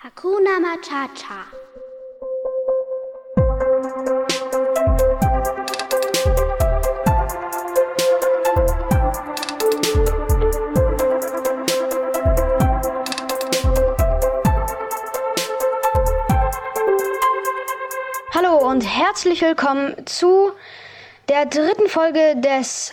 Hakuna Matata. Hallo und herzlich willkommen zu der dritten Folge des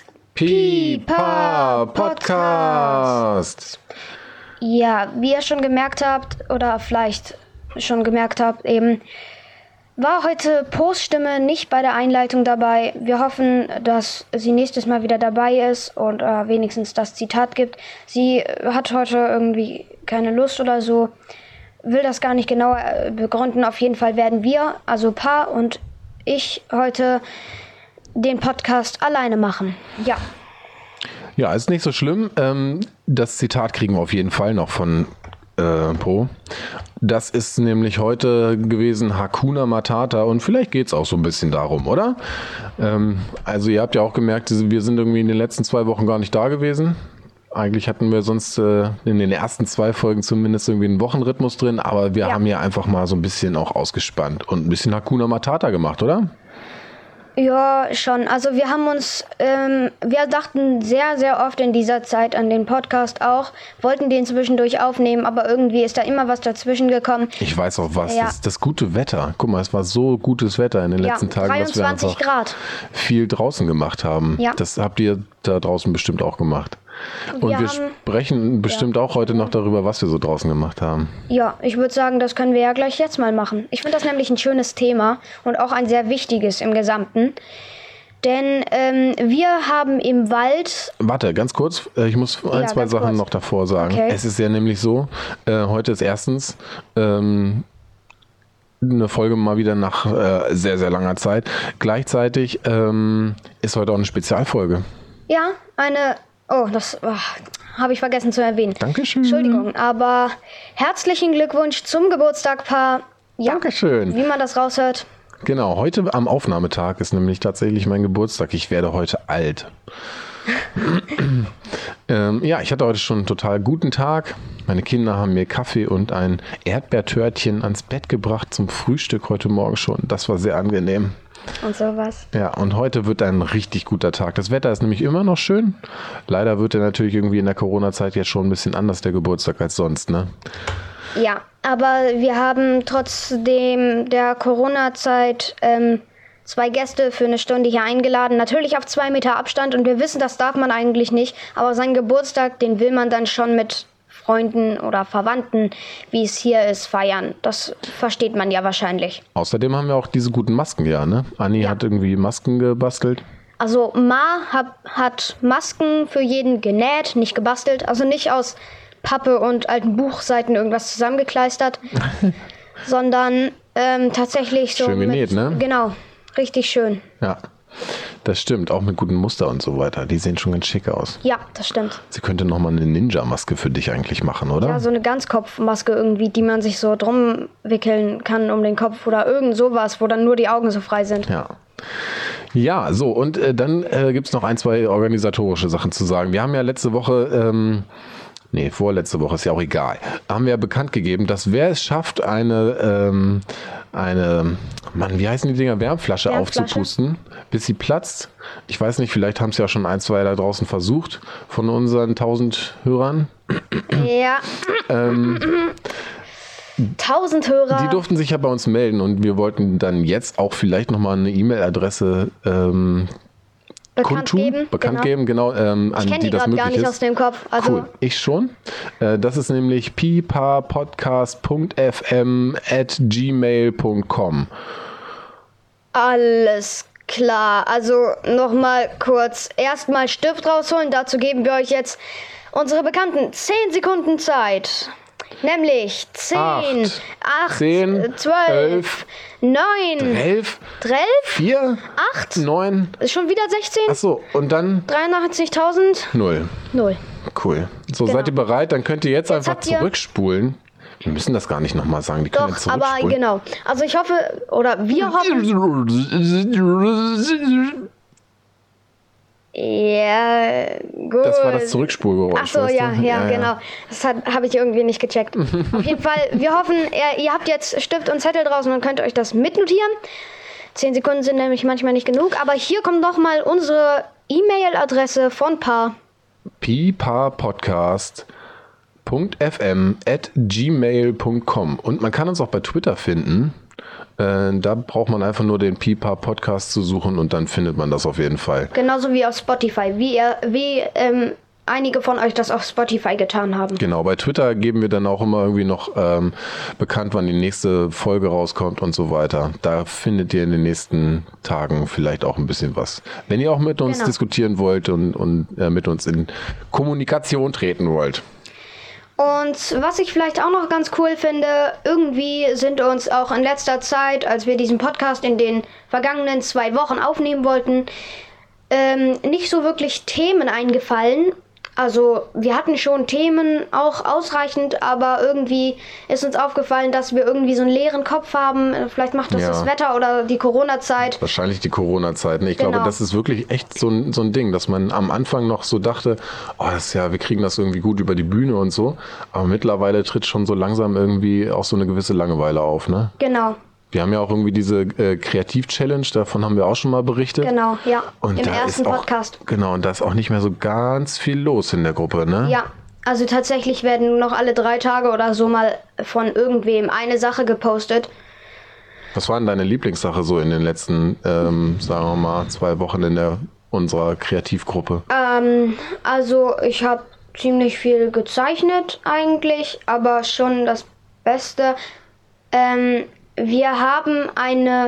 Pipa Podcast. Ja, wie ihr schon gemerkt habt, oder vielleicht schon gemerkt habt, eben war heute Poststimme nicht bei der Einleitung dabei. Wir hoffen, dass sie nächstes Mal wieder dabei ist und wenigstens das Zitat gibt. Sie hat heute irgendwie keine Lust oder so, will das gar nicht genauer begründen. Auf jeden Fall werden wir, also Pa und ich, heute den Podcast alleine machen. Ja. Ja, ist nicht so schlimm. Das Zitat kriegen wir auf jeden Fall noch von Po. Das ist nämlich heute gewesen Hakuna Matata und vielleicht geht es auch so ein bisschen darum, oder? Also ihr habt ja auch gemerkt, wir sind irgendwie in den letzten 2 Wochen gar nicht da gewesen. Eigentlich hatten wir sonst in den ersten 2 Folgen zumindest irgendwie einen Wochenrhythmus drin, aber wir haben ja einfach mal so ein bisschen auch ausgespannt und ein bisschen Hakuna Matata gemacht, oder? Ja, schon. Also wir haben uns, wir dachten sehr, sehr oft in dieser Zeit an den Podcast auch, wollten den zwischendurch aufnehmen, aber irgendwie ist da immer was dazwischen gekommen. Ich weiß auch was, Ja. das gute Wetter. Guck mal, es war so gutes Wetter in den letzten Tagen, dass wir 23 einfach Grad. viel draußen gemacht haben. Ja. Das habt ihr da draußen bestimmt auch gemacht. Und Wir wir haben- sprechen bestimmt auch heute noch darüber, was wir so draußen gemacht haben. Ja, ich würde sagen, das können wir ja gleich jetzt mal machen. Ich finde das nämlich ein schönes Thema und auch ein sehr wichtiges im Gesamten. Denn wir haben im Wald... Warte, ganz kurz, ich muss ein, zwei ganz Sachen kurz. noch davor sagen. Okay. Es ist ja nämlich so, heute ist erstens eine Folge mal wieder nach sehr, sehr langer Zeit. Gleichzeitig ist heute auch eine Spezialfolge. Ja, eine... Oh, das habe ich vergessen zu erwähnen. Dankeschön. Entschuldigung, aber herzlichen Glückwunsch zum Geburtstag, Pa. Ja, Dankeschön. wie man das raushört. Genau, heute am Aufnahmetag ist nämlich tatsächlich mein Geburtstag. Ich werde heute alt. Ja, ich hatte heute schon einen total guten Tag. Meine Kinder haben mir Kaffee und ein Erdbeertörtchen ans Bett gebracht zum Frühstück heute Morgen schon. Das war sehr angenehm. Und sowas. Ja, und heute wird ein richtig guter Tag. Das Wetter ist nämlich immer noch schön. Leider wird er natürlich irgendwie in der Corona-Zeit jetzt schon ein bisschen anders, der Geburtstag, als sonst, ne? Ja, aber wir haben trotzdem der Corona-Zeit 2 Gäste für eine Stunde hier eingeladen. Natürlich auf 2 Meter Abstand und wir wissen, das darf man eigentlich nicht. Aber seinen Geburtstag, den will man dann schon mit Freunden oder Verwandten, wie es hier ist, feiern. Das versteht man ja wahrscheinlich. Außerdem haben wir auch diese guten Masken, ja, ne? Anni Ja. hat irgendwie Masken gebastelt. Also Ma hat Masken für jeden genäht, nicht gebastelt. Also nicht aus Pappe und alten Buchseiten irgendwas zusammengekleistert, sondern tatsächlich so Schön genäht, ne? Genau, richtig schön. Ja, das stimmt. Auch mit gutem Muster und so weiter. Die sehen schon ganz schick aus. Ja, das stimmt. Sie könnte nochmal eine Ninja-Maske für dich eigentlich machen, oder? Ja, so eine Ganzkopfmaske irgendwie, die man sich so drum wickeln kann um den Kopf oder irgend sowas, wo dann nur die Augen so frei sind. Ja. Ja, so, und dann gibt es noch 1, 2 organisatorische Sachen zu sagen. Wir haben ja letzte Woche, vorletzte Woche, ist ja auch egal, haben wir bekannt gegeben, dass wer es schafft, eine, wie heißen die Dinger, Wärmflasche aufzupusten, bis sie platzt. Ich weiß nicht, vielleicht haben es ja schon 1, 2 da draußen versucht, von unseren 1000 Hörern. Ja. 1000 Hörer. Die durften sich ja bei uns melden und wir wollten dann jetzt auch vielleicht nochmal eine E-Mail-Adresse bekannt geben, genau, an Ich kenne die die das gerade gar möglich nicht ist. aus dem Kopf. Also Cool, ich schon. Das ist nämlich pipapodcast.fm@gmail.com. alles klar. Also nochmal kurz. Erstmal Stift rausholen. Dazu geben wir euch jetzt unsere bekannten 10 Sekunden Zeit. Nämlich 10, 8, 10, 12, 11, 9, 11, 12, 4, 8, 9. ist schon wieder 16, Achso, und dann 83.000, 0. 0. Cool. So, Genau. seid ihr bereit? Dann könnt ihr jetzt einfach habt ihr- zurückspulen. Wir müssen das gar nicht nochmal sagen. Die können jetzt Doch, aber zurückspulen. genau. Also ich hoffe, oder wir hoffen, Ja, gut. Das war das Zurückspulgeräusch. Ach so, ja, genau. Das habe ich irgendwie nicht gecheckt. Auf jeden Fall, wir hoffen, ihr habt jetzt Stift und Zettel draußen und könnt euch das mitnotieren. 10 Sekunden sind nämlich manchmal nicht genug. Aber hier kommt nochmal unsere E-Mail-Adresse von Pa. pipapodcast.fm@gmail.com. Und man kann uns auch bei Twitter finden. Da braucht man einfach nur den Pipa Podcast zu suchen und dann findet man das auf jeden Fall. Genauso wie auf Spotify, wie einige von euch das auf Spotify getan haben. Genau, bei Twitter geben wir dann auch immer irgendwie noch bekannt, wann die nächste Folge rauskommt und so weiter. Da findet ihr in den nächsten Tagen vielleicht auch ein bisschen was. Wenn ihr auch mit uns diskutieren wollt und mit uns in Kommunikation treten wollt. Und was ich vielleicht auch noch ganz cool finde, irgendwie sind uns auch in letzter Zeit, als wir diesen Podcast in den vergangenen 2 Wochen aufnehmen wollten, nicht so wirklich Themen eingefallen. Also wir hatten schon Themen auch ausreichend, aber irgendwie ist uns aufgefallen, dass wir irgendwie so einen leeren Kopf haben. Vielleicht macht das das Wetter oder die Corona-Zeit. Wahrscheinlich die Corona-Zeit. Ich glaube, das ist wirklich echt so ein Ding, dass man am Anfang noch so dachte, wir kriegen das irgendwie gut über die Bühne und so. Aber mittlerweile tritt schon so langsam irgendwie auch so eine gewisse Langeweile auf, ne? Genau. Wir haben ja auch irgendwie diese Kreativ-Challenge, davon haben wir auch schon mal berichtet. Genau, ja. Und im ersten Podcast. Genau, und da ist auch nicht mehr so ganz viel los in der Gruppe, ne? Ja, also tatsächlich werden nur noch alle 3 Tage oder so mal von irgendwem eine Sache gepostet. Was war denn deine Lieblingssache so in den letzten, sagen wir mal, 2 Wochen in unserer Kreativgruppe? Also ich habe ziemlich viel gezeichnet eigentlich, aber schon das Beste. Wir haben eine,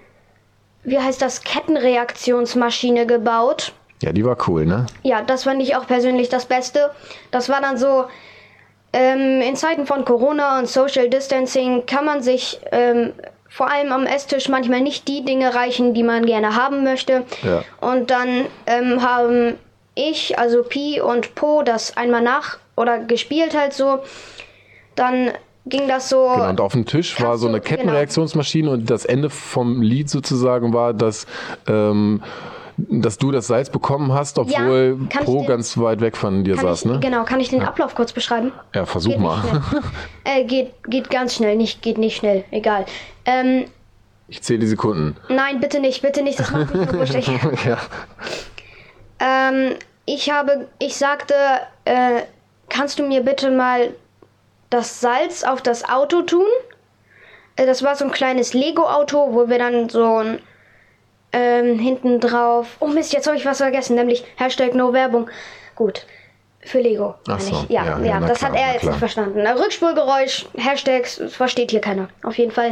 Kettenreaktionsmaschine gebaut. Ja, die war cool, ne? Ja, das fand ich auch persönlich das Beste. Das war dann so, in Zeiten von Corona und Social Distancing kann man sich vor allem am Esstisch manchmal nicht die Dinge reichen, die man gerne haben möchte. Ja. Und dann haben ich, also Pi und Po, das einmal gespielt halt so. Dann ging das so. Genau, und auf dem Tisch war so eine Kettenreaktionsmaschine und das Ende vom Lied sozusagen war, dass du das Salz bekommen hast, obwohl Po ganz weit weg von dir saß, ne? Genau, kann ich den Ablauf kurz beschreiben? Ja, versuch mal. Geht ganz schnell, geht nicht schnell, egal. Ich zähle die Sekunden. Nein, bitte nicht, das macht mich so wuschig. Ich sagte, kannst du mir bitte mal das Salz auf das Auto tun? Das war so ein kleines Lego-Auto, wo wir dann so ein hinten drauf... Oh Mist, jetzt habe ich was vergessen, nämlich #No Werbung. Gut, für Lego. Ach so, ja, das hat er jetzt nicht verstanden. Rückspulgeräusch, Hashtags, versteht hier keiner. Auf jeden Fall.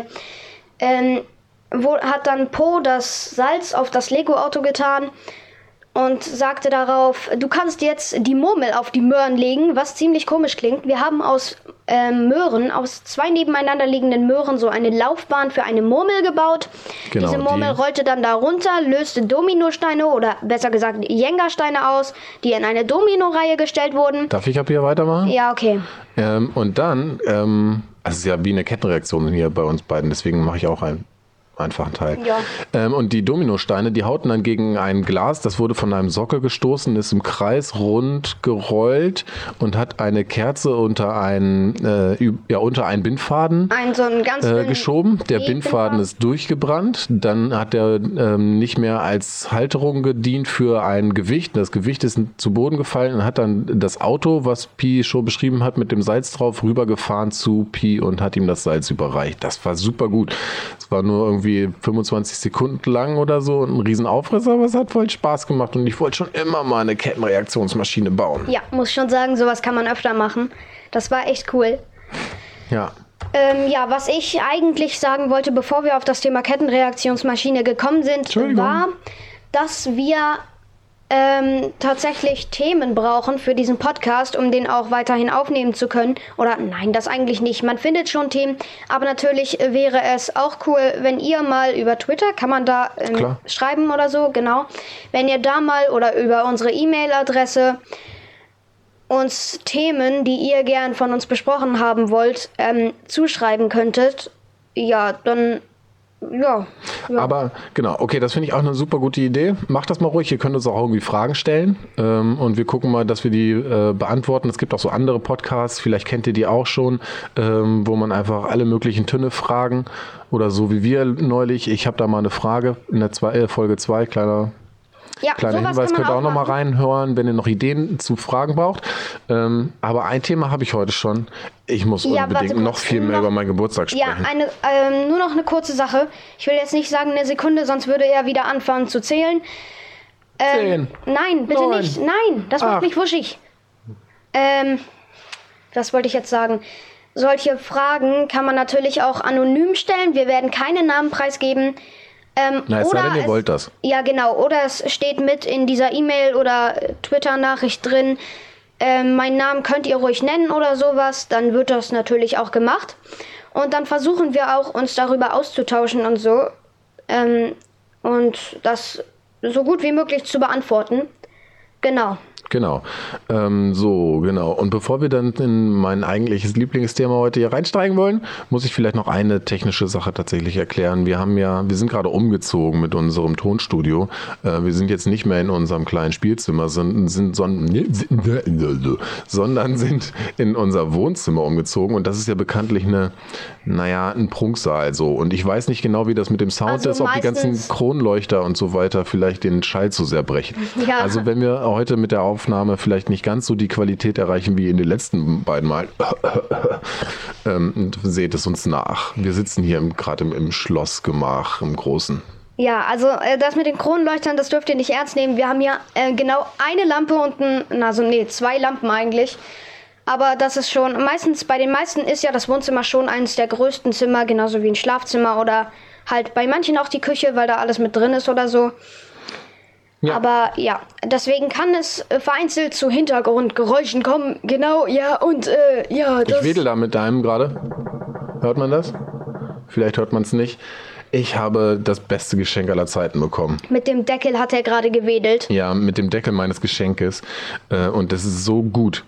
Hat dann Po das Salz auf das Lego-Auto getan und sagte darauf, du kannst jetzt die Murmel auf die Möhren legen, was ziemlich komisch klingt. Wir haben aus Möhren, aus 2 nebeneinander liegenden Möhren, so eine Laufbahn für eine Murmel gebaut. Genau, diese Murmel rollte dann da runter, löste Dominosteine oder besser gesagt Jenga-Steine aus, die in eine Domino-Reihe gestellt wurden. Darf ich ab hier weitermachen? Ja, okay. Und dann, es ist ja wie eine Kettenreaktion hier bei uns beiden, deswegen mache ich auch einen einfachen Teil. Ja. Und die Dominosteine, die hauten dann gegen ein Glas, das wurde von einem Sockel gestoßen, ist im Kreis rund gerollt und hat eine Kerze unter einen Bindfaden geschoben. Der Bindfaden ist durchgebrannt. Dann hat er nicht mehr als Halterung gedient für ein Gewicht. Das Gewicht ist zu Boden gefallen und hat dann das Auto, was Pi schon beschrieben hat, mit dem Salz drauf, rübergefahren zu Pi und hat ihm das Salz überreicht. Das war super gut. Es war nur irgendwie 25 Sekunden lang oder so, ein Riesenaufriss, aber es hat voll Spaß gemacht und ich wollte schon immer mal eine Kettenreaktionsmaschine bauen. Ja, muss schon sagen, sowas kann man öfter machen. Das war echt cool. Ja. Was ich eigentlich sagen wollte, bevor wir auf das Thema Kettenreaktionsmaschine gekommen sind, war, dass wir tatsächlich Themen brauchen für diesen Podcast, um den auch weiterhin aufnehmen zu können. Oder nein, das eigentlich nicht. Man findet schon Themen, aber natürlich wäre es auch cool, wenn ihr mal über Twitter, kann man da schreiben oder so, genau. Wenn ihr da mal oder über unsere E-Mail-Adresse uns Themen, die ihr gern von uns besprochen haben wollt, zuschreiben könntet, ja, dann Ja. Aber genau, okay, das finde ich auch eine super gute Idee. Macht das mal ruhig, ihr könnt uns auch irgendwie Fragen stellen und wir gucken mal, dass wir die beantworten. Es gibt auch so andere Podcasts, vielleicht kennt ihr die auch schon, wo man einfach alle möglichen Tünne fragen oder so wie wir neulich. Ich habe da mal eine Frage in der Folge 2, kleiner Hinweis, könnt ihr auch noch mal reinhören, wenn ihr noch Ideen zu Fragen braucht. Aber ein Thema habe ich heute schon. Ich muss unbedingt noch viel mehr über meinen Geburtstag sprechen. Ja, nur noch eine kurze Sache. Ich will jetzt nicht sagen eine Sekunde, sonst würde er wieder anfangen zu zählen. 10. Nein, bitte 9. nicht. Nein, das macht mich wuschig. Was wollte ich jetzt sagen? Solche Fragen kann man natürlich auch anonym stellen. Wir werden keine Namen preisgeben. Es sei denn, ihr wollt das. Ja, genau. Oder es steht mit in dieser E-Mail oder Twitter-Nachricht drin, meinen Namen könnt ihr ruhig nennen oder sowas. Dann wird das natürlich auch gemacht. Und dann versuchen wir auch, uns darüber auszutauschen und so. Und das so gut wie möglich zu beantworten. Genau. Genau. Genau. Und bevor wir dann in mein eigentliches Lieblingsthema heute hier reinsteigen wollen, muss ich vielleicht noch eine technische Sache tatsächlich erklären. Wir sind gerade umgezogen mit unserem Tonstudio. Wir sind jetzt nicht mehr in unserem kleinen Spielzimmer, sondern sind in unser Wohnzimmer umgezogen. Und das ist ja bekanntlich ein Prunksaal so. Und ich weiß nicht genau, wie das mit dem Sound ist, ob die ganzen Kronleuchter und so weiter vielleicht den Schall zu sehr brechen. Ja. Also wenn wir heute mit der Aufnahme vielleicht nicht ganz so die Qualität erreichen wie in den letzten beiden Mal, seht es uns nach. Wir sitzen hier gerade im Schlossgemach, im Großen. Ja, also das mit den Kronleuchtern, das dürft ihr nicht ernst nehmen. Wir haben hier genau eine Lampe und zwei Lampen eigentlich. Aber das ist schon, bei den meisten ist ja das Wohnzimmer schon eines der größten Zimmer, genauso wie ein Schlafzimmer oder halt bei manchen auch die Küche, weil da alles mit drin ist oder so. Ja. Aber ja, deswegen kann es vereinzelt zu Hintergrundgeräuschen kommen. Genau, ja, und Ich wedel da mit deinem gerade. Hört man das? Vielleicht hört man es nicht. Ich habe das beste Geschenk aller Zeiten bekommen. Mit dem Deckel hat er gerade gewedelt. Ja, mit dem Deckel meines Geschenkes. Und das ist so gut.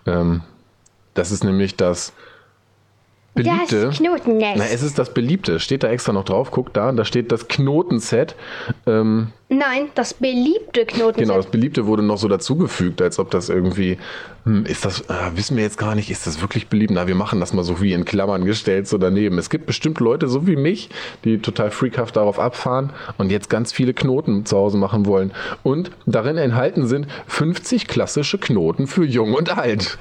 Das ist nämlich das beliebte. Das Knotennest. Es ist das beliebte. Steht da extra noch drauf. Guck da steht das Knotenset. Nein, das beliebte Knotenset. Genau, das beliebte wurde noch so dazugefügt, als ob das irgendwie, wissen wir jetzt gar nicht, ist das wirklich beliebt? Na, wir machen das mal so wie in Klammern gestellt so daneben. Es gibt bestimmt Leute, so wie mich, die total freakhaft darauf abfahren und jetzt ganz viele Knoten zu Hause machen wollen. Und darin enthalten sind 50 klassische Knoten für Jung und Alt.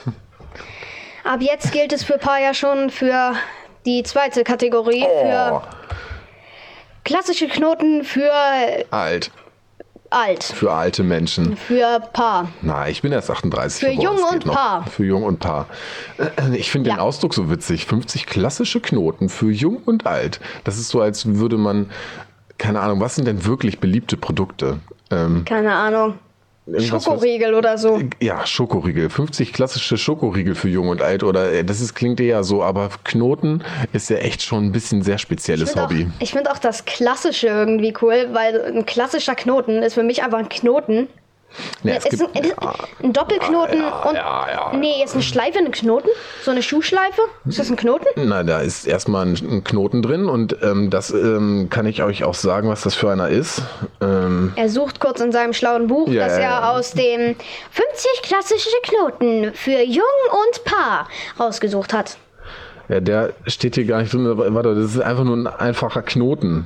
Ab jetzt gilt es für Paar schon für die zweite Kategorie, für klassische Knoten für Alt. Alt. Für alte Menschen. Für Paar. Na, ich bin erst 38. Für Jung und Paar. Für Jung und Paar. Ich finde den Ausdruck so witzig. 50 klassische Knoten für Jung und Alt. Das ist so, als würde man, keine Ahnung, was sind denn wirklich beliebte Produkte? Keine Ahnung. Schokoriegel oder so. Ja, Schokoriegel. 50 klassische Schokoriegel für Jung und Alt. Oder klingt eher so, aber Knoten ist ja echt schon ein bisschen sehr spezielles Hobby. Ich finde auch das Klassische irgendwie cool, weil ein klassischer Knoten ist für mich einfach ein Knoten. Ja, ein Doppelknoten Nee, jetzt eine Schleife, ein Knoten? So eine Schuhschleife? Ist das ein Knoten? Na, da ist erstmal ein Knoten drin und das kann ich euch auch sagen, was das für einer ist. Er sucht kurz in seinem schlauen Buch, das er aus dem 50 klassische Knoten für Jung und Paar rausgesucht hat. Ja, der steht hier gar nicht drin. Warte, das ist einfach nur ein einfacher Knoten.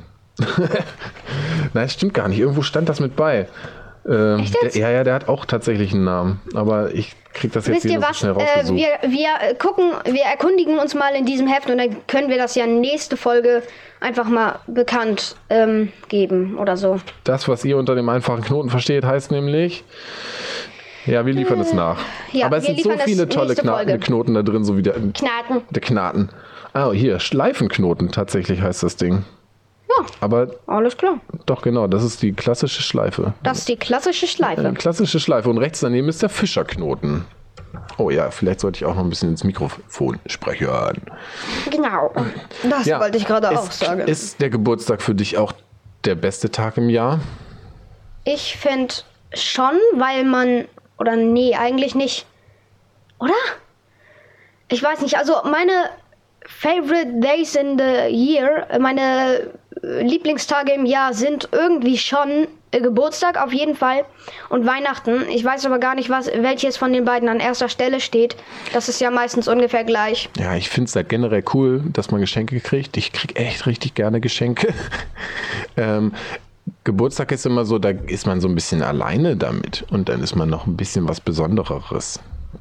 Nein, das stimmt gar nicht. Irgendwo stand das mit bei. Echt jetzt? Der hat auch tatsächlich einen Namen, aber ich krieg das jetzt hier so schnell rausgesucht. Wir erkundigen uns mal in diesem Heft und dann können wir das ja nächste Folge einfach mal bekannt geben oder so. Das, was ihr unter dem einfachen Knoten versteht, heißt nämlich, wir liefern es nach. Ja, aber es sind so viele tolle Knoten da drin, so wie der Knaten. Ah, hier, Schleifenknoten tatsächlich heißt das Ding. Ja, aber alles klar. Doch, genau, das ist die klassische Schleife. Das ist die klassische Schleife. Klassische Schleife. Und rechts daneben ist der Fischerknoten. Oh ja, vielleicht sollte ich auch noch ein bisschen ins Mikrofon sprechen. Genau, das wollte ich gerade auch sagen. Ist der Geburtstag für dich auch der beste Tag im Jahr? Ich finde schon, weil man... Oder nee, eigentlich nicht. Oder? Ich weiß nicht, also meine favorite days in the year, meine Lieblingstage im Jahr sind irgendwie schon Geburtstag auf jeden Fall und Weihnachten. Ich weiß aber gar nicht, welches von den beiden an erster Stelle steht. Das ist ja meistens ungefähr gleich. Ja, ich finde es halt generell cool, dass man Geschenke kriegt. Ich kriege echt richtig gerne Geschenke. Geburtstag ist immer so, da ist man so ein bisschen alleine damit und dann ist man noch ein bisschen was Besondereres.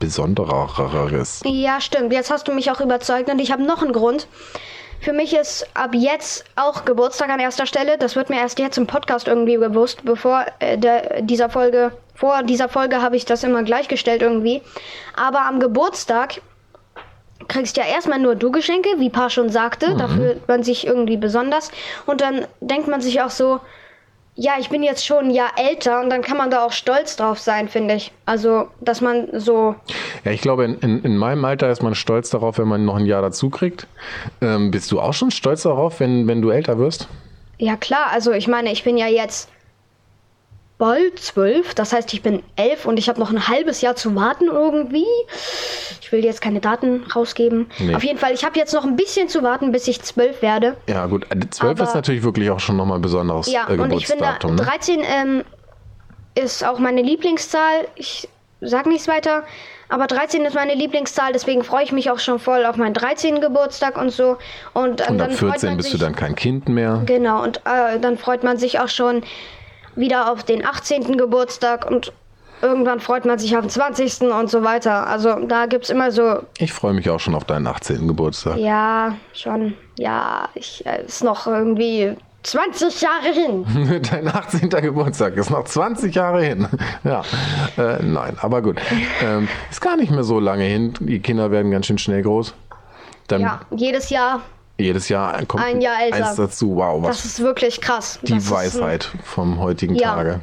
Ja, stimmt. Jetzt hast du mich auch überzeugt und ich habe noch einen Grund. Für mich ist ab jetzt auch Geburtstag an erster Stelle. Das wird mir erst jetzt im Podcast irgendwie bewusst. Vor dieser Folge habe ich das immer gleichgestellt irgendwie. Aber am Geburtstag kriegst ja erstmal nur du Geschenke, wie Pa schon sagte. Da fühlt man sich irgendwie besonders. Und dann denkt man sich auch so, ja, ich bin jetzt schon ein Jahr älter und dann kann man da auch stolz drauf sein, finde ich. Also, dass man so... Ja, ich glaube, in meinem Alter ist man stolz darauf, wenn man noch ein Jahr dazu kriegt. Bist du auch schon stolz darauf, wenn du älter wirst? Ja, klar. Also, ich meine, ich bin ja jetzt bald 12. Das heißt, ich bin 11 und ich habe noch ein halbes Jahr zu warten irgendwie. Ich will jetzt keine Daten rausgeben. Nee. Auf jeden Fall, ich habe jetzt noch ein bisschen zu warten, bis ich 12 werde. Ja, gut. 12 ist natürlich wirklich auch schon nochmal ein besonderes Geburtsdatum. Und ich finde, 13 ist auch meine Lieblingszahl. Ich sag nichts weiter. Aber 13 ist meine Lieblingszahl, deswegen freue ich mich auch schon voll auf meinen 13. Geburtstag und so. Und ab dann 14 bist du dann kein Kind mehr. Genau, und dann freut man sich auch schon wieder auf den 18. Geburtstag und irgendwann freut man sich auf den 20. und so weiter. Also da gibt es immer so... Ich freue mich auch schon auf deinen 18. Geburtstag. Ja, schon. Ja, ist noch irgendwie 20 Jahre hin. Dein 18. Geburtstag ist noch 20 Jahre hin. Ja, nein, aber gut. Ist gar nicht mehr so lange hin. Die Kinder werden ganz schön schnell groß. Dann ja, jedes Jahr kommt ein Jahr älter. Eins dazu. Wow, was das ist wirklich krass. Die Weisheit vom heutigen Tage.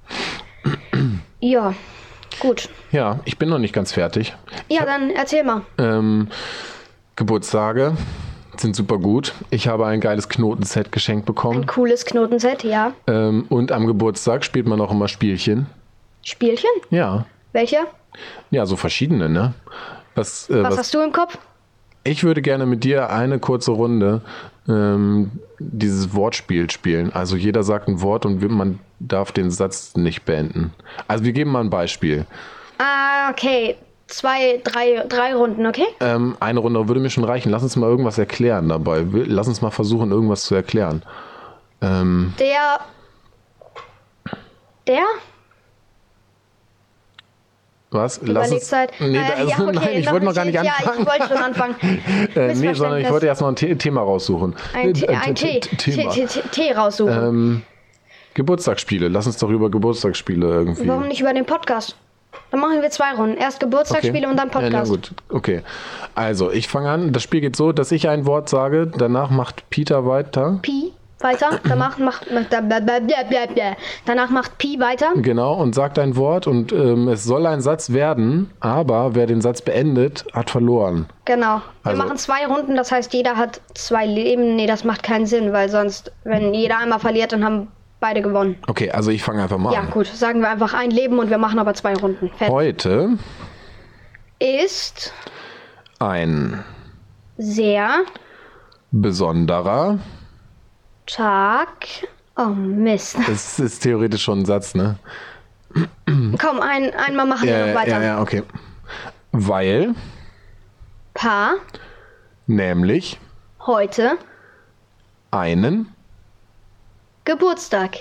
Ja, gut. Ja, ich bin noch nicht ganz fertig. Ja, dann erzähl mal. Geburtstage sind super gut. Ich habe ein geiles Knotenset geschenkt bekommen. Ein cooles Knotenset, ja. Und am Geburtstag spielt man auch immer Spielchen. Spielchen? Ja. Welche? Ja, so verschiedene, ne? Was hast du im Kopf? Ich würde gerne mit dir eine kurze Runde dieses Wortspiel spielen. Also jeder sagt ein Wort und man darf den Satz nicht beenden. Also wir geben mal ein Beispiel. Okay. 3 Runden, okay? Eine Runde würde mir schon reichen. Lass uns mal irgendwas erklären dabei. Lass uns mal versuchen, irgendwas zu erklären. Der? Was? Lass uns... Nee, okay, nein, ich wollte noch gar nicht anfangen. Ja, ich wollte schon anfangen. Nee, sondern ich wollte erst noch ein Thema raussuchen. Ein Tee raussuchen. Geburtstagsspiele. Lass uns doch über Geburtstagsspiele irgendwie... Warum nicht über den Podcast? Dann machen wir 2 Runden. Erst Geburtstagsspiele und dann Podcast. Ja, na gut, okay. Also, ich fange an. Das Spiel geht so, dass ich ein Wort sage, danach macht Peter weiter. Pi weiter, danach macht Pi weiter. Genau, und sagt ein Wort und es soll ein Satz werden, aber wer den Satz beendet, hat verloren. Genau. Wir machen 2 Runden, das heißt, jeder hat 2 Leben. Nee, das macht keinen Sinn, weil sonst, wenn jeder einmal verliert, dann haben beide gewonnen. Okay, also ich fange einfach mal an. Ja, gut. Sagen wir einfach ein Leben und wir machen aber 2 Runden. Fertig. Heute ist ein sehr besonderer Tag. Oh, Mist. Das ist theoretisch schon ein Satz, ne? Komm, einmal machen wir noch weiter. Ja, okay. Weil Pa nämlich heute einen Geburtstag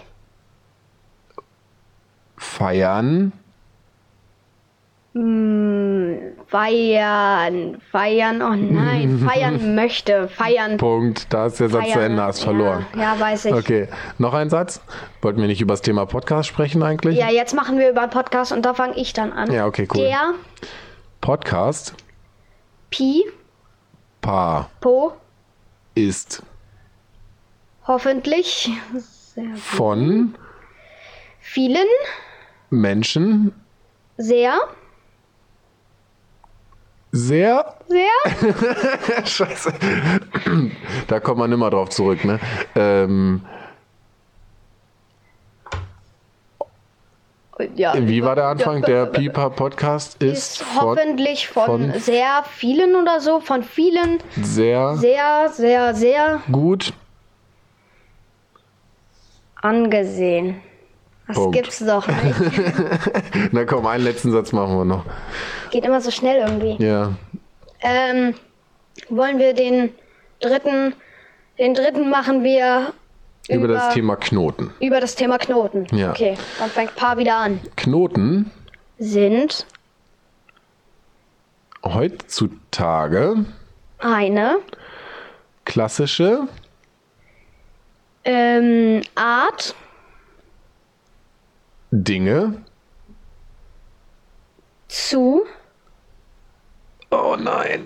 feiern. Feiern, oh nein, feiern möchte, feiern. Punkt, da ist der Satz zu Ende, hast verloren. Ja, weiß ich. Okay, noch ein Satz? Wollten wir nicht über das Thema Podcast sprechen eigentlich? Ja, jetzt machen wir über Podcast und da fange ich dann an. Ja, okay, cool. Der Podcast Pi Po ist hoffentlich von vielen Menschen sehr Scheiße. Da kommt man immer drauf zurück, ne? 4 Ja, Wie war der Anfang? Der Pipa-Podcast ist hoffentlich von sehr vielen oder so, von vielen sehr gut angesehen. Das Punkt. Gibt's doch nicht. Na komm, einen letzten Satz machen wir noch. Geht immer so schnell irgendwie. Ja. Wollen wir den dritten machen wir Über das Thema Knoten. Über das Thema Knoten. Ja. Okay, dann fängt Paar wieder an. Knoten Sind heutzutage eine klassische Art Dinge. zu Oh nein.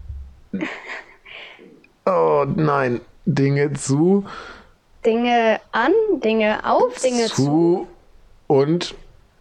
Oh nein. Dinge zu. Dinge an, Dinge auf, Dinge zu. Und.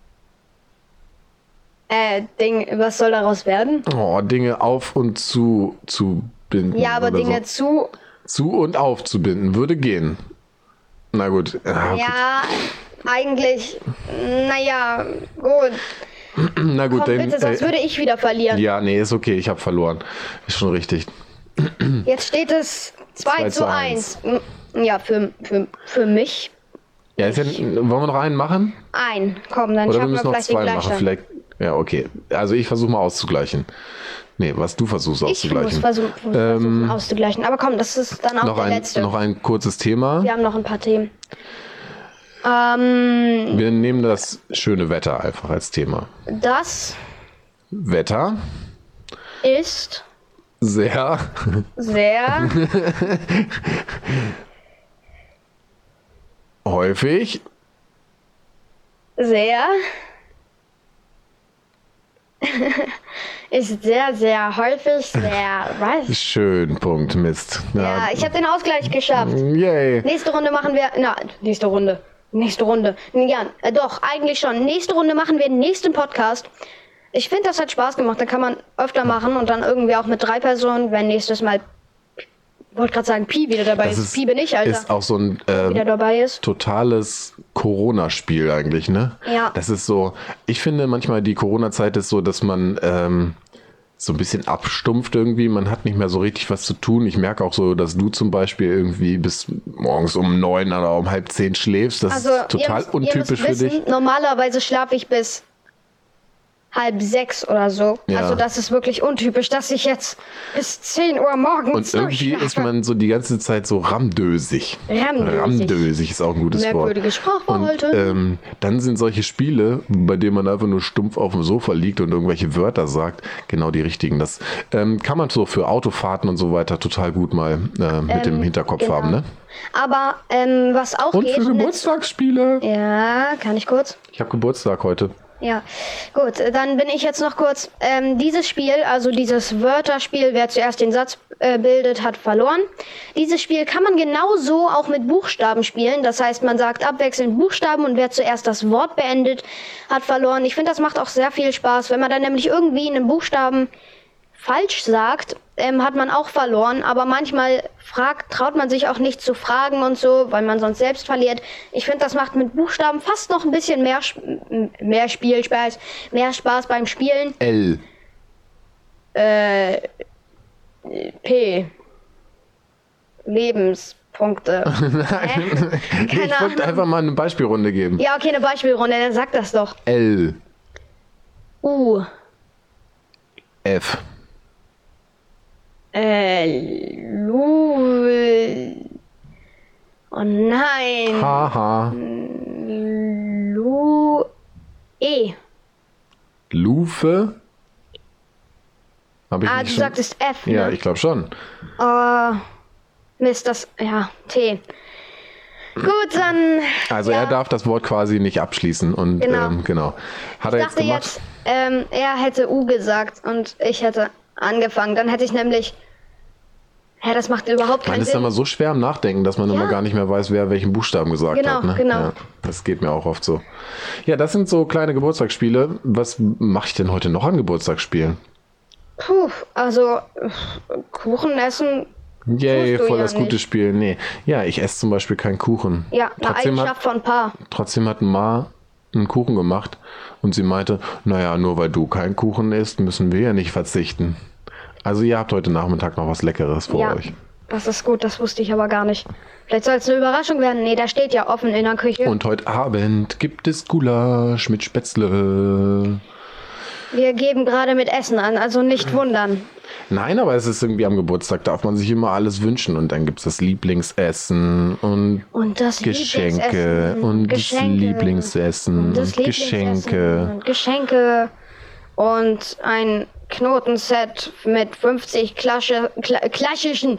Was soll daraus werden? Oh, Dinge auf und zu binden. Ja, aber oder Dinge so. Zu und aufzubinden würde gehen. Na gut. Ja, eigentlich, naja, gut. Na gut, Komm, bitte, sonst würde ich wieder verlieren. Ja, nee, ist okay, ich habe verloren. Ist schon richtig. Jetzt steht es 2:1. Ja, für mich. Ja, wollen wir noch einen machen? Komm, dann Oder wir schaffen wir müssen noch vielleicht den zwei machen. Gleichstand. Vielleicht. Ja, okay. Also ich versuche mal auszugleichen. Nee, was du versuchst Ich auszugleichen. muss versuchen auszugleichen. Aber komm, das ist dann auch der letzte. Noch ein kurzes Thema. Wir haben noch ein paar Themen. Wir nehmen das schöne Wetter einfach als Thema. Das Wetter ist sehr häufig ist sehr häufig was? schön. Punkt. Mist. Ja, ich habe den Ausgleich geschafft. Yay. Nächste Runde machen wir. Nächste Runde. Ja, doch, eigentlich schon. Nächste Runde machen wir den nächsten Podcast. Ich finde, das hat Spaß gemacht. Da kann man öfter machen und dann irgendwie auch mit 3 Personen, wenn nächstes Mal, wollte gerade sagen, Pi wieder dabei ist. Pi bin ich, Alter. Ist auch so ein wieder dabei ist. totales Corona-Spiel eigentlich, ne? Ja. Das ist so, ich finde manchmal die Corona-Zeit ist so, dass man so ein bisschen abstumpft irgendwie. Man hat nicht mehr so richtig was zu tun. Ich merke auch so, dass du zum Beispiel irgendwie bis morgens um 9 oder um halb 10 schläfst. Das ist total untypisch für dich. Normalerweise schlafe ich bis 5:30 oder so. Ja. Also das ist wirklich untypisch, dass ich jetzt bis 10 Uhr morgens Und irgendwie durchschlafe. ist man so die ganze Zeit so ramdösig. Ramdösig ist auch ein gutes Wort. Merkwürdige Sprachwahl heute. Dann sind solche Spiele, bei denen man einfach nur stumpf auf dem Sofa liegt und irgendwelche Wörter sagt, genau die richtigen. Das kann man so für Autofahrten und so weiter total gut mal mit dem Hinterkopf haben, ne? Aber was auch Und geht... für Geburtstagsspiele. Ja, kann ich kurz? Ich habe Geburtstag heute. Ja, gut, dann bin ich jetzt noch kurz. Dieses Spiel, also dieses Wörterspiel, wer zuerst den Satz bildet, hat verloren. Dieses Spiel kann man genauso auch mit Buchstaben spielen. Das heißt, man sagt abwechselnd Buchstaben und wer zuerst das Wort beendet, hat verloren. Ich finde, das macht auch sehr viel Spaß. Wenn man dann nämlich irgendwie einen Buchstaben falsch sagt, hat man auch verloren. Aber manchmal traut man sich auch nicht zu fragen und so, weil man sonst selbst verliert. Ich finde, das macht mit Buchstaben fast noch ein bisschen mehr Spielspaß, mehr Spaß beim Spielen. L. P. Lebenspunkte. Ich wollte einfach mal eine Beispielrunde geben. Ja, okay, eine Beispielrunde, dann sag das doch. L. U. F. Lu. Oh nein. Haha. Lu. E. Lufe. Hab ich Du nicht schon? sagtest F, ne? Ja, ich glaube schon. Mist, ja, T. Gut, dann... Also ja, er darf das Wort quasi nicht abschließen und Genau. Hat ich er jetzt dachte gemacht? jetzt, er hätte U gesagt und ich hätte angefangen. Dann hätte ich nämlich... Ja, das macht überhaupt Man keinen ist Sinn. immer so schwer im Nachdenken, dass man immer gar nicht mehr weiß, wer welchen Buchstaben gesagt Genau, hat. Ne? genau. Ja, das geht mir auch oft so. Ja, das sind so kleine Geburtstagsspiele. Was mache ich denn heute noch an Geburtstagsspielen? Puh, also Kuchen essen... Yay, Tust du voll ja das gute nicht. Spiel. Nee. Ja, ich esse zum Beispiel keinen Kuchen. Ja, eine Eigenschaft von Paar. Trotzdem hat Ma einen Kuchen gemacht und sie meinte, naja, nur weil du keinen Kuchen isst, müssen wir ja nicht verzichten. Also ihr habt heute Nachmittag noch was Leckeres für euch. Das ist gut, das wusste ich aber gar nicht. Vielleicht soll es eine Überraschung werden. Nee, der steht ja offen in der Küche. Und heute Abend gibt es Gulasch mit Spätzle. Wir geben gerade mit Essen an, also nicht wundern. Nein, aber es ist irgendwie am Geburtstag, darf man sich immer alles wünschen. Und dann gibt es das Lieblingsessen und das Geschenke und das Lieblingsessen und Geschenke. Geschenke und ein Knotenset mit 50 klassischen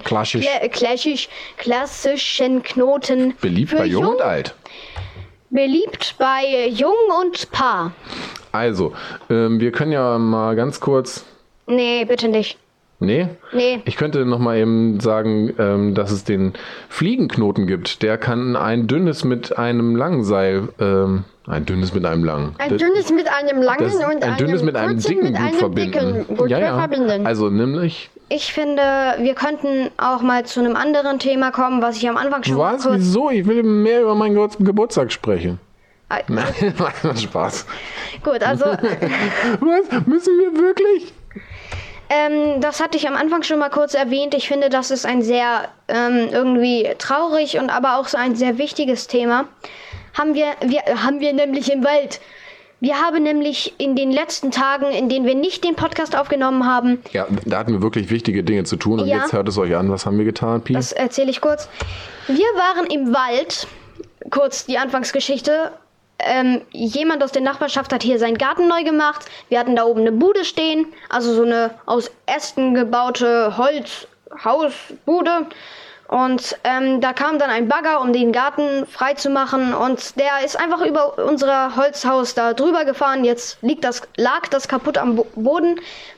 Knoten. Beliebt bei Jung und Alt. Beliebt bei Jung und Paar. Also, wir können ja mal ganz kurz... Nee, bitte nicht. Nee? Nee. Ich könnte noch mal eben sagen, dass es den Fliegenknoten gibt. Der kann ein dünnes mit einem langen Seil... ein dünnes mit einem langen. Ein dünnes mit einem langen und ein dünnes mit einem dicken gut verbinden. Verbinden. Also nämlich... Ich finde, wir könnten auch mal zu einem anderen Thema kommen, was ich am Anfang schon kurz... Wieso? Ich will mehr über meinen Geburtstag sprechen. Nein, Spaß. Gut, also... Was? Müssen wir wirklich? Das hatte ich am Anfang schon mal kurz erwähnt. Ich finde, das ist ein sehr irgendwie traurig und aber auch so ein sehr wichtiges Thema. Haben wir nämlich im Wald. Wir haben nämlich in den letzten Tagen, in denen wir nicht den Podcast aufgenommen haben... Ja, da hatten wir wirklich wichtige Dinge zu tun und jetzt hört es euch an. Was haben wir getan, Pi? Das erzähle ich kurz. Wir waren im Wald, kurz die Anfangsgeschichte. Jemand aus der Nachbarschaft hat hier seinen Garten neu gemacht. Wir hatten da oben eine Bude stehen, also so eine aus Ästen gebaute Holzhausbude. Und da kam dann ein Bagger, um den Garten frei zu machen. Und der ist einfach über unser Holzhaus da drüber gefahren. Jetzt lag das kaputt am Boden.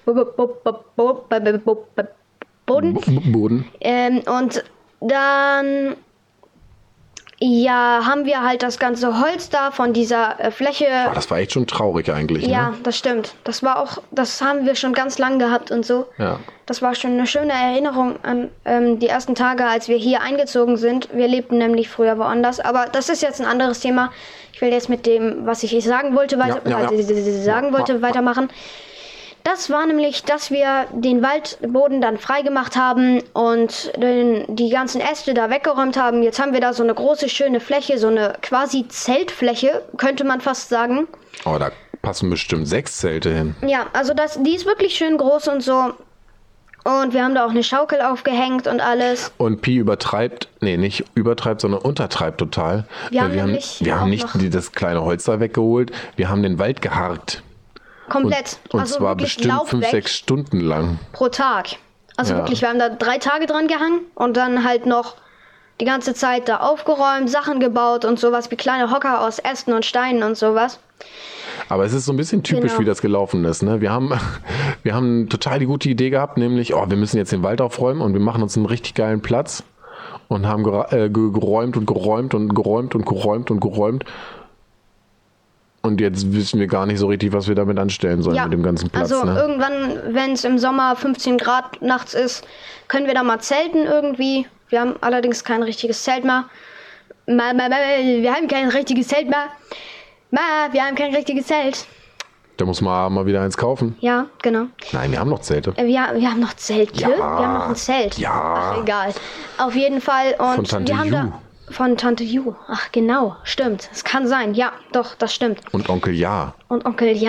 Und dann... Ja, haben wir halt das ganze Holz da von dieser Fläche. Oh, das war echt schon traurig eigentlich. Ja, ne? Das stimmt. Das haben wir schon ganz lang gehabt und so. Ja. Das war schon eine schöne Erinnerung an die ersten Tage, als wir hier eingezogen sind. Wir lebten nämlich früher woanders. Aber das ist jetzt ein anderes Thema. Ich will jetzt mit dem, was ich sagen wollte, weitermachen. Das war nämlich, dass wir den Waldboden dann freigemacht haben und die ganzen Äste da weggeräumt haben. Jetzt haben wir da so eine große, schöne Fläche, so eine quasi Zeltfläche, könnte man fast sagen. Oh, da passen bestimmt 6 Zelte hin. Ja, also die ist wirklich schön groß und so. Und wir haben da auch eine Schaukel aufgehängt und alles. Und Pi nicht übertreibt, sondern untertreibt total. Wir haben nicht das kleine Holz da weggeholt, wir haben den Wald geharkt. Komplett. Und also zwar bestimmt 5-6 Stunden lang. Pro Tag. Also wirklich, wir haben da 3 Tage dran gehangen und dann halt noch die ganze Zeit da aufgeräumt, Sachen gebaut und sowas wie kleine Hocker aus Ästen und Steinen und sowas. Aber es ist so ein bisschen typisch, wie das gelaufen ist. Ne? Wir haben total die gute Idee gehabt, nämlich, wir müssen jetzt den Wald aufräumen und wir machen uns einen richtig geilen Platz und haben geräumt und geräumt und geräumt und geräumt und geräumt. Und jetzt wissen wir gar nicht so richtig, was wir damit anstellen sollen mit dem ganzen Platz. Also irgendwann, wenn es im Sommer 15 Grad nachts ist, können wir da mal zelten irgendwie. Wir haben allerdings kein richtiges Zelt mehr. Wir haben kein richtiges Zelt mehr. Wir haben kein richtiges Zelt. Da muss man mal wieder eins kaufen. Ja, genau. Nein, wir haben noch Zelte. Wir haben noch Zelte? Ja. Wir haben noch ein Zelt. Ja. Ach, egal. Auf jeden Fall. Und von Tante Ju. Von Tante Ju. Ach, genau. Stimmt. Es kann sein. Ja, doch, das stimmt. Und Onkel Ja. Und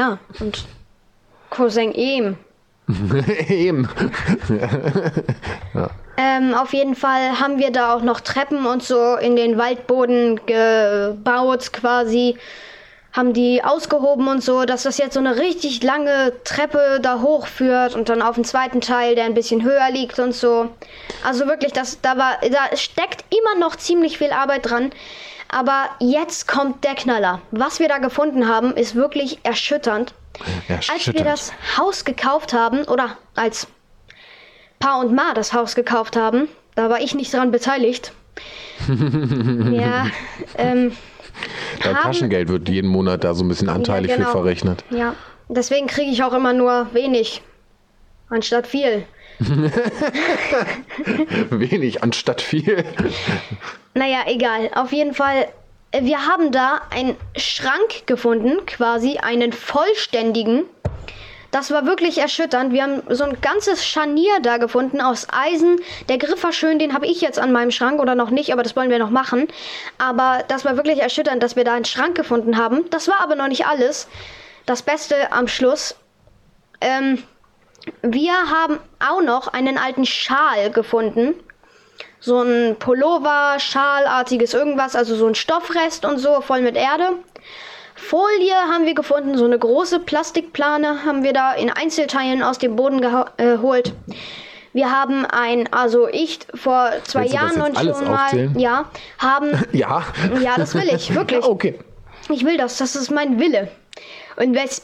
Cousin Em. Eben. Ja. Auf jeden Fall haben wir da auch noch Treppen und so in den Waldboden gebaut quasi. Haben die ausgehoben und so, dass das jetzt so eine richtig lange Treppe da hochführt und dann auf den zweiten Teil, der ein bisschen höher liegt und so. Also wirklich, da steckt immer noch ziemlich viel Arbeit dran. Aber jetzt kommt der Knaller. Was wir da gefunden haben, ist wirklich erschütternd. Als wir das Haus gekauft haben, oder als Pa und Ma das Haus gekauft haben, da war ich nicht dran beteiligt. Dein Taschengeld wird jeden Monat da so ein bisschen anteilig für verrechnet. Ja, deswegen kriege ich auch immer nur wenig, anstatt viel. Wenig anstatt viel. Naja, egal. Auf jeden Fall Wir haben da einen Schrank gefunden, quasi einen vollständigen. Das war wirklich erschütternd. Wir haben so ein ganzes Scharnier da gefunden aus Eisen. Der Griff war schön, den habe ich jetzt an meinem Schrank oder noch nicht, aber das wollen wir noch machen. Aber das war wirklich erschütternd, dass wir da einen Schrank gefunden haben. Das war aber noch nicht alles. Das Beste am Schluss. Wir haben auch noch einen alten Schal gefunden. So ein Pullover, Schalartiges irgendwas, also so ein Stoffrest und so, voll mit Erde. Folie haben wir gefunden, so eine große Plastikplane haben wir da in Einzelteilen aus dem Boden geholt. Wir haben ich vor 2 Willst du das Jahren jetzt und alles schon mal, aufzählen? haben, Ja. ja, das will ich, wirklich. Ja, okay. Ich will das ist mein Wille. Und was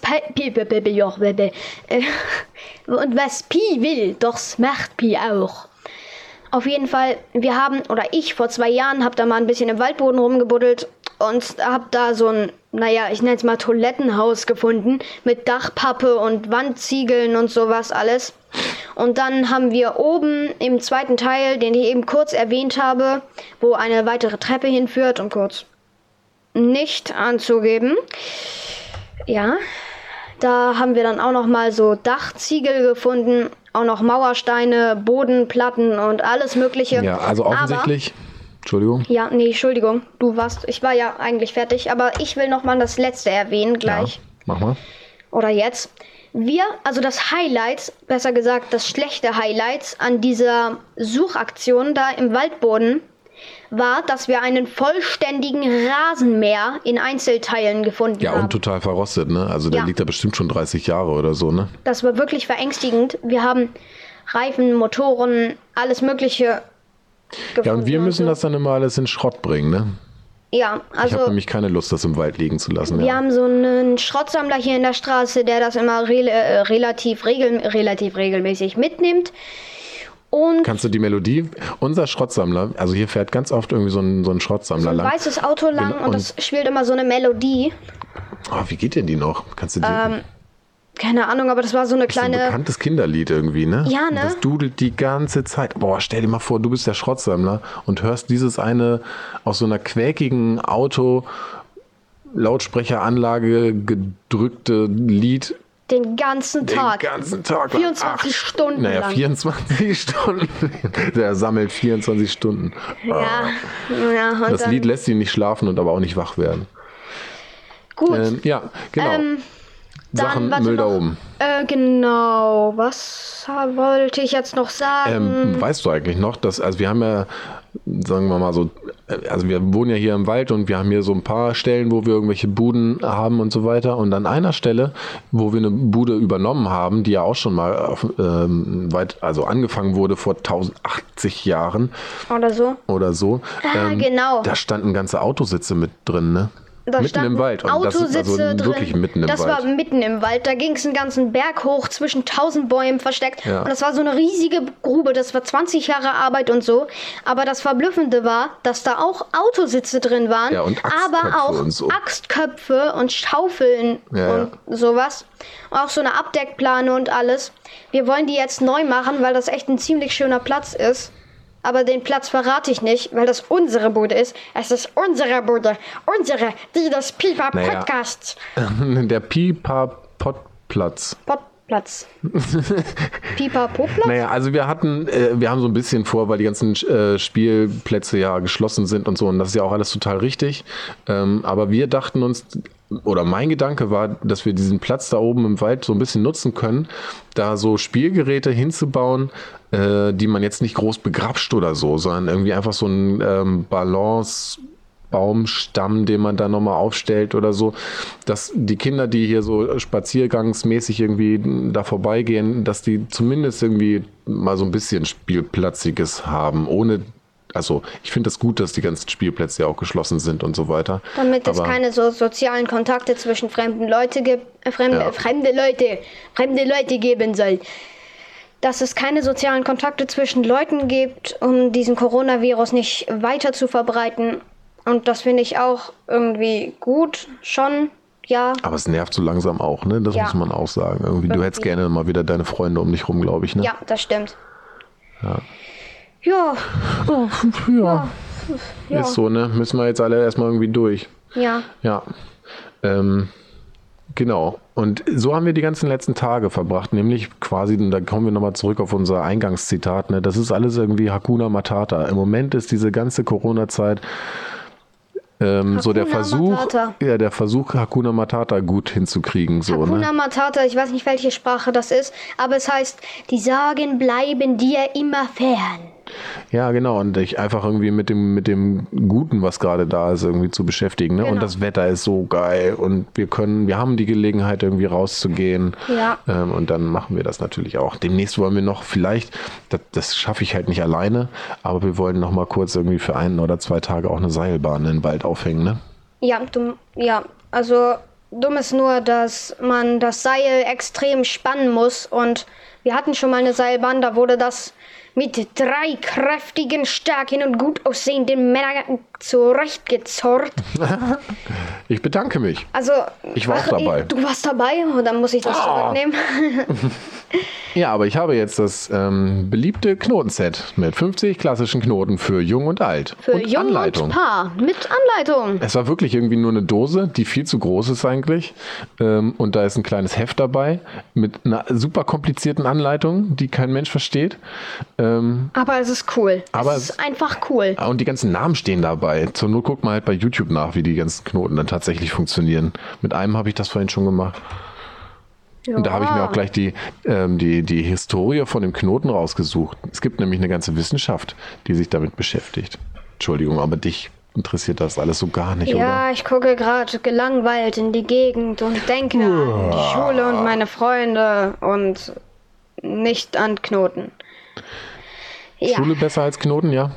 Pi will, das macht Pi auch. Auf jeden Fall, ich vor 2 Jahren habe da mal ein bisschen im Waldboden rumgebuddelt und habe da so ein, ich nenne es mal Toilettenhaus gefunden mit Dachpappe und Wandziegeln und sowas alles. Und dann haben wir oben im zweiten Teil, den ich eben kurz erwähnt habe, wo eine weitere Treppe hinführt, um kurz nicht anzugeben. Ja, da haben wir dann auch noch mal so Dachziegel gefunden, auch noch Mauersteine, Bodenplatten und alles mögliche. Ja, also offensichtlich. Entschuldigung. Ja, nee, Entschuldigung. Ich war ja eigentlich fertig, aber ich will noch mal das letzte erwähnen gleich. Ja, mach mal. Oder jetzt. Das Highlight, besser gesagt, das schlechte Highlight an dieser Suchaktion da im Waldboden war, dass wir einen vollständigen Rasenmäher in Einzelteilen gefunden haben. Ja, und total verrostet, ne? Also der liegt da bestimmt schon 30 Jahre oder so, ne? Das war wirklich verängstigend. Wir haben Reifen, Motoren, alles Mögliche gefunden. Ja, und wir müssen das dann immer alles in Schrott bringen, ne? Ja, Ich habe nämlich keine Lust, das im Wald liegen zu lassen. Wir haben so einen Schrottsammler hier in der Straße, der das immer relativ regelmäßig mitnimmt. Und kannst du die Melodie? Unser Schrottsammler, also hier fährt ganz oft irgendwie so ein Schrottsammler lang. So ein weißes Auto lang und das spielt immer so eine Melodie. Oh, wie geht denn die noch? Kannst du die? Keine Ahnung, aber das war so eine kleine... Das ist ein bekanntes Kinderlied irgendwie, ne? Ja, ne? Und das dudelt die ganze Zeit. Boah, stell dir mal vor, du bist der Schrottsammler und hörst dieses eine aus so einer quäkigen Auto-Lautsprecheranlage gedrückte Lied. Den ganzen Tag. 24 Stunden lang. 24 Stunden. Der sammelt 24 Stunden. Ja. Das Lied lässt ihn nicht schlafen und aber auch nicht wach werden. Gut. Ja, genau. Sachen Müll da oben. Genau. Was wollte ich jetzt noch sagen? Weißt du eigentlich noch, also wir haben ja, sagen wir mal so, also wir wohnen ja hier im Wald und wir haben hier so ein paar Stellen, wo wir irgendwelche Buden haben und so weiter. Und an einer Stelle, wo wir eine Bude übernommen haben, die ja auch schon mal angefangen wurde vor 1080 Jahren. Oder so. Genau. Da standen ganze Autositze mit drin, ne? Mitten im Wald. Und Autositze das wirklich mitten im Wald. Das war mitten im Wald. Da ging es einen ganzen Berg hoch, zwischen 1000 Bäumen versteckt. Ja. Und das war so eine riesige Grube. Das war 20 Jahre Arbeit und so. Aber das Verblüffende war, dass da auch Autositze drin waren. Ja, und aber auch und so. Axtköpfe und Schaufeln und sowas. Und auch so eine Abdeckplane und alles. Wir wollen die jetzt neu machen, weil das echt ein ziemlich schöner Platz ist. Aber den Platz verrate ich nicht, weil das unsere Bude ist. Es ist unsere Bude. Die des Pipa-Podcasts. Der Pipa-Podplatz. Podplatz. Pipa-Poplatz? Naja, also wir haben so ein bisschen vor, weil die ganzen Spielplätze ja geschlossen sind und so. Und das ist ja auch alles total richtig. Aber wir dachten uns, oder mein Gedanke war, dass wir diesen Platz da oben im Wald so ein bisschen nutzen können, da so Spielgeräte hinzubauen, die man jetzt nicht groß begrapscht oder so, sondern irgendwie einfach so ein Baumstamm, den man da nochmal aufstellt oder so, dass die Kinder, die hier so spaziergangsmäßig irgendwie da vorbeigehen, dass die zumindest irgendwie mal so ein bisschen Spielplatziges haben, also ich finde es gut, dass die ganzen Spielplätze ja auch geschlossen sind und so weiter. Damit es keine so sozialen Kontakte zwischen fremde Leute geben soll. Dass es keine sozialen Kontakte zwischen Leuten gibt, um diesen Coronavirus nicht weiter zu verbreiten. Und das finde ich auch irgendwie gut, schon, ja. Aber es nervt so langsam auch, ne? Das muss man auch sagen. Irgendwie. Du hättest gerne mal wieder deine Freunde um dich rum, glaube ich, ne? Ja, das stimmt. Ja. Ja. Ja. Ja. Ist so, ne? Müssen wir jetzt alle erstmal irgendwie durch. Ja. Ja. Genau. Und so haben wir die ganzen letzten Tage verbracht, nämlich quasi, und da kommen wir nochmal zurück auf unser Eingangszitat, ne? Das ist alles irgendwie Hakuna Matata. Im Moment ist diese ganze Corona-Zeit so der Versuch, Matata. der Versuch, Hakuna Matata gut hinzukriegen. So, Hakuna Matata, ich weiß nicht, welche Sprache das ist, aber es heißt, die Sagen bleiben dir immer fern. Ja, genau. Und dich einfach irgendwie mit dem Guten, was gerade da ist, irgendwie zu beschäftigen. Ne? Genau. Und das Wetter ist so geil und wir haben die Gelegenheit, irgendwie rauszugehen. Ja. Und dann machen wir das natürlich auch. Demnächst wollen wir noch vielleicht, das schaffe ich halt nicht alleine, aber wir wollen noch mal kurz irgendwie für 1 oder 2 Tage auch eine Seilbahn in den Wald aufhängen, ne? Ja, also dumm ist nur, dass man das Seil extrem spannen muss und wir hatten schon mal eine Seilbahn, da wurde das mit 3 kräftigen, starken und gut aussehenden Männern zurechtgezurrt. Ich bedanke mich. Also, Ich war auch dabei. Du warst dabei? Und dann muss ich das zurücknehmen. Ja, aber ich habe jetzt das beliebte Knotenset mit 50 klassischen Knoten für Jung und Alt. Für und Jung Anleitung. und Paar. Mit Anleitung. Es war wirklich irgendwie nur eine Dose, die viel zu groß ist eigentlich. Und da ist ein kleines Heft dabei mit einer super komplizierten Anleitung, die kein Mensch versteht. Aber es ist cool. Aber es ist einfach cool. Und die ganzen Namen stehen dabei. Zur Not guckt man halt bei YouTube nach, wie die ganzen Knoten dann tatsächlich funktionieren. Mit einem habe ich das vorhin schon gemacht. Ja. Und da habe ich mir auch gleich die Historie von dem Knoten rausgesucht. Es gibt nämlich eine ganze Wissenschaft, die sich damit beschäftigt. Entschuldigung, aber dich interessiert das alles so gar nicht, oder? Ja, ich gucke gerade gelangweilt in die Gegend und denke an die Schule und meine Freunde und nicht an Knoten. Ja. Schule besser als Knoten, ja?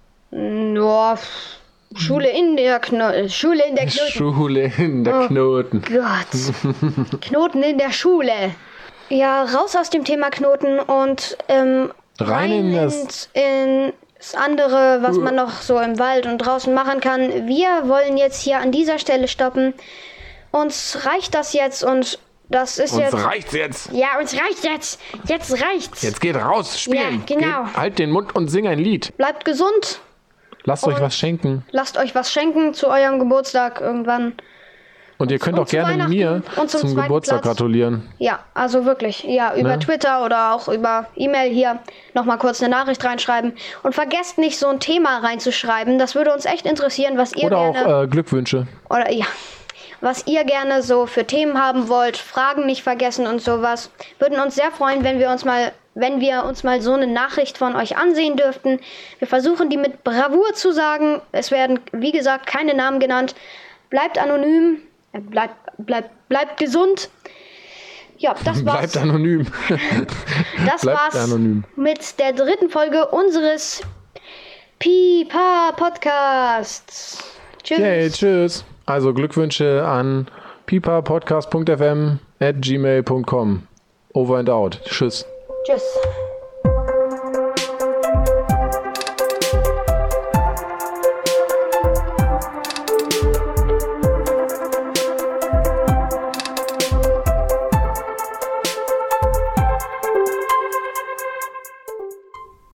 Nur Schule in der Knoten. Schule in der Knoten. Gott. Knoten in der Schule. Ja, raus aus dem Thema Knoten und Rein in das... ins andere, was man noch so im Wald und draußen machen kann. Wir wollen jetzt hier an dieser Stelle stoppen. Uns reicht das jetzt und das ist jetzt... Uns reicht's jetzt. Ja, uns reicht jetzt. Jetzt reicht's. Jetzt geht raus, spielen. Ja, genau. Halt den Mund und sing ein Lied. Bleibt gesund. Lasst euch was schenken. Lasst euch was schenken zu eurem Geburtstag irgendwann. Und ihr könnt und auch zu gerne mir und zum zum zweiten Geburtstag Platz. gratulieren. Ja, also wirklich. Ja, über Ne? Twitter oder auch über E-Mail hier nochmal kurz eine Nachricht reinschreiben. Und vergesst nicht, so ein Thema reinzuschreiben. Das würde uns echt interessieren, was ihr Oder gerne... auch Glückwünsche. Oder ja, was ihr gerne so für Themen haben wollt. Fragen nicht vergessen und sowas. Würden uns sehr freuen, wenn wir uns mal so eine Nachricht von euch ansehen dürften. Wir versuchen die mit Bravour zu sagen. Es werden, wie gesagt, keine Namen genannt. Bleibt anonym. Bleibt gesund. Ja, das war's. Bleibt anonym. Das Bleibt war's anonym. mit der 3. Folge unseres Pipa Podcasts. Tschüss. Yay, tschüss. Also Glückwünsche an pipapodcast.fm@gmail.com. Over and out. Tschüss. Tschüss.